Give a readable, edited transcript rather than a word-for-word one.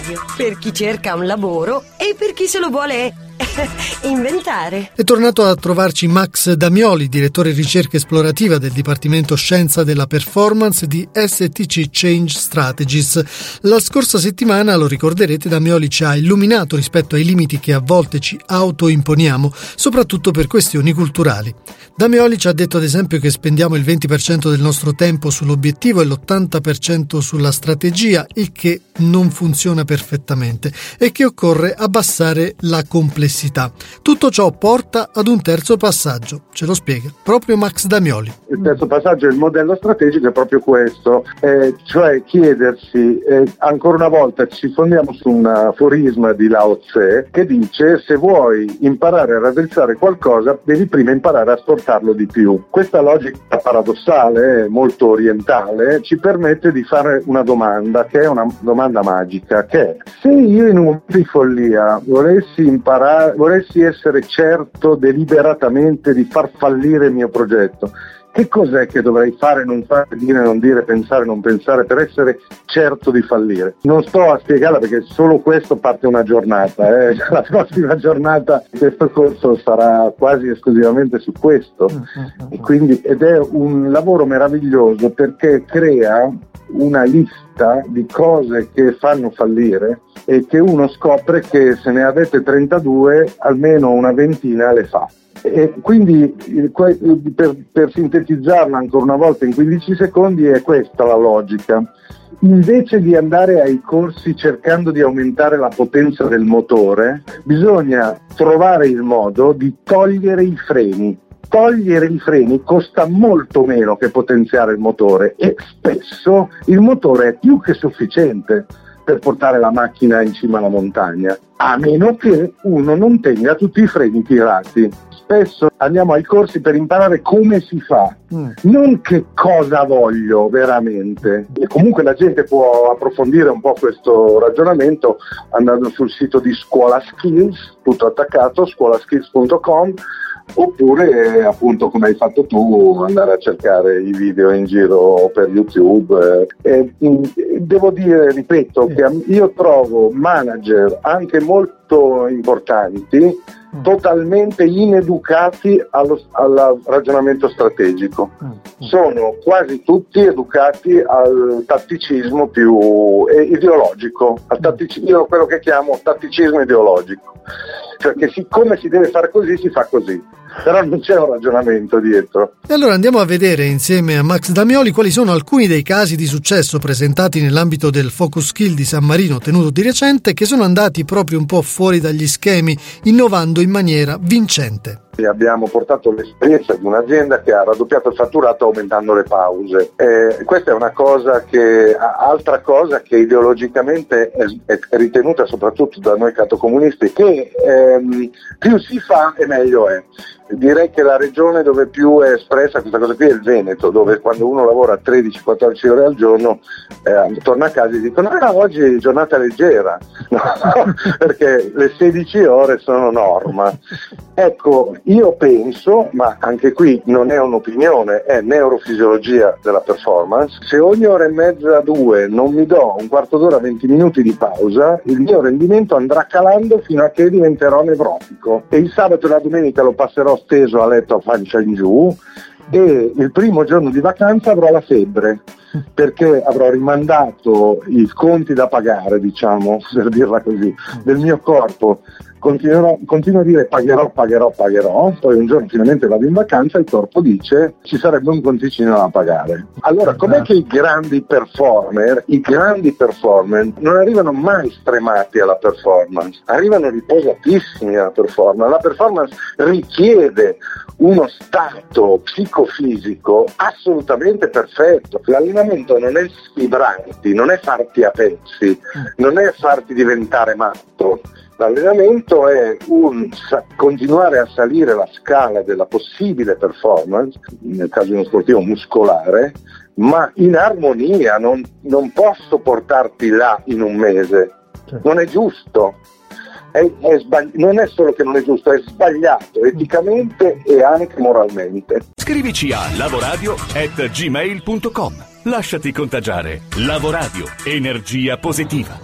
radio, per chi cerca un lavoro e per chi se lo vuole inventare. È tornato a trovarci Max Damioli, direttore ricerca esplorativa del Dipartimento Scienza della Performance di STC Change Strategies. La scorsa settimana, lo ricorderete, Damioli ci ha illuminato rispetto ai limiti che a volte ci autoimponiamo, soprattutto per questioni culturali. Damioli ci ha detto ad esempio che spendiamo il 20% del nostro tempo sull'obiettivo e l'80% sulla strategia, il che non funziona perfettamente, e che occorre abbassare la complessità. Tutto ciò porta ad un terzo passaggio, ce lo spiega proprio Max Damioli. Il terzo passaggio del modello strategico è proprio questo, cioè chiedersi, ancora una volta ci fondiamo su un aforisma di Lao Tse che dice: se vuoi imparare a raddrizzare qualcosa devi prima imparare a spostarlo di più. Questa logica paradossale, molto orientale, ci permette di fare una domanda che è una domanda magica, che è: se io in un momento di follia volessi essere certo deliberatamente di far fallire il mio progetto, che cos'è che dovrei fare, non fare, dire, non dire, pensare, non pensare per essere certo di fallire? Non sto a spiegarla perché solo questo parte una giornata. La prossima giornata di questo corso sarà quasi esclusivamente su questo. Ed è un lavoro meraviglioso perché crea una lista di cose che fanno fallire e che uno scopre che se ne avete 32 almeno una ventina le fa. E quindi per sintetizzarla ancora una volta in 15 secondi è questa la logica. Invece di andare ai corsi cercando di aumentare la potenza del motore, bisogna trovare il modo di togliere i freni. Togliere i freni costa molto meno che potenziare il motore e spesso il motore è più che sufficiente per portare la macchina in cima alla montagna, a meno che uno non tenga tutti i freni tirati. Spesso andiamo ai corsi per imparare come si fa, non che cosa voglio veramente. E comunque la gente può approfondire un po' questo ragionamento andando sul sito di Scuola Skills, tutto attaccato, scuolaskills.com, oppure appunto come hai fatto tu andare a cercare i video in giro per YouTube. Devo dire, ripeto, che io trovo manager anche molto importanti totalmente ineducati al ragionamento strategico. Sono quasi tutti educati al tatticismo più ideologico, io quello che chiamo tatticismo ideologico, cioè che siccome si deve fare così si fa così, però non c'è un ragionamento dietro. E allora andiamo a vedere insieme a Max Damioli quali sono alcuni dei casi di successo presentati nell'ambito del Focus Skill di San Marino tenuto di recente, che sono andati proprio un po' fuori dagli schemi, innovando in maniera vincente. Abbiamo portato l'esperienza di un'azienda che ha raddoppiato il fatturato aumentando le pause. Questa è una cosa altra cosa che ideologicamente è ritenuta soprattutto da noi cattocomunisti, che più si fa e meglio è. Direi che la regione dove più è espressa questa cosa qui è il Veneto, dove quando uno lavora 13-14 ore al giorno torna a casa e dicono oggi è giornata leggera, no, perché le 16 ore sono norma. Ecco, io penso, ma anche qui non è un'opinione, è neurofisiologia della performance, se ogni ora e mezza, 2 non mi do un quarto d'ora, 20 minuti di pausa, il mio rendimento andrà calando fino a che diventerò nevrotico, e il sabato e la domenica lo passerò steso a letto a pancia in giù, e il primo giorno di vacanza avrò la febbre perché avrò rimandato i conti da pagare, diciamo, per dirla così, del mio corpo. Continuo a dire pagherò, poi un giorno finalmente vado in vacanza e il corpo dice ci sarebbe un conticino da pagare. Allora, com'è che i grandi performer non arrivano mai stremati alla performance, arrivano riposatissimi alla performance. La performance richiede uno stato psicofisico assolutamente perfetto. L'allenamento non è sfibranti, non è farti a pezzi, non è farti diventare matto. L'allenamento è continuare a salire la scala della possibile performance, nel caso di uno sportivo muscolare, ma in armonia, non posso portarti là in un mese, non è giusto. Non è solo che non è giusto, è sbagliato eticamente e anche moralmente. Scrivici a lavoradio@gmail.com. Lasciati contagiare. Lavoradio, energia positiva.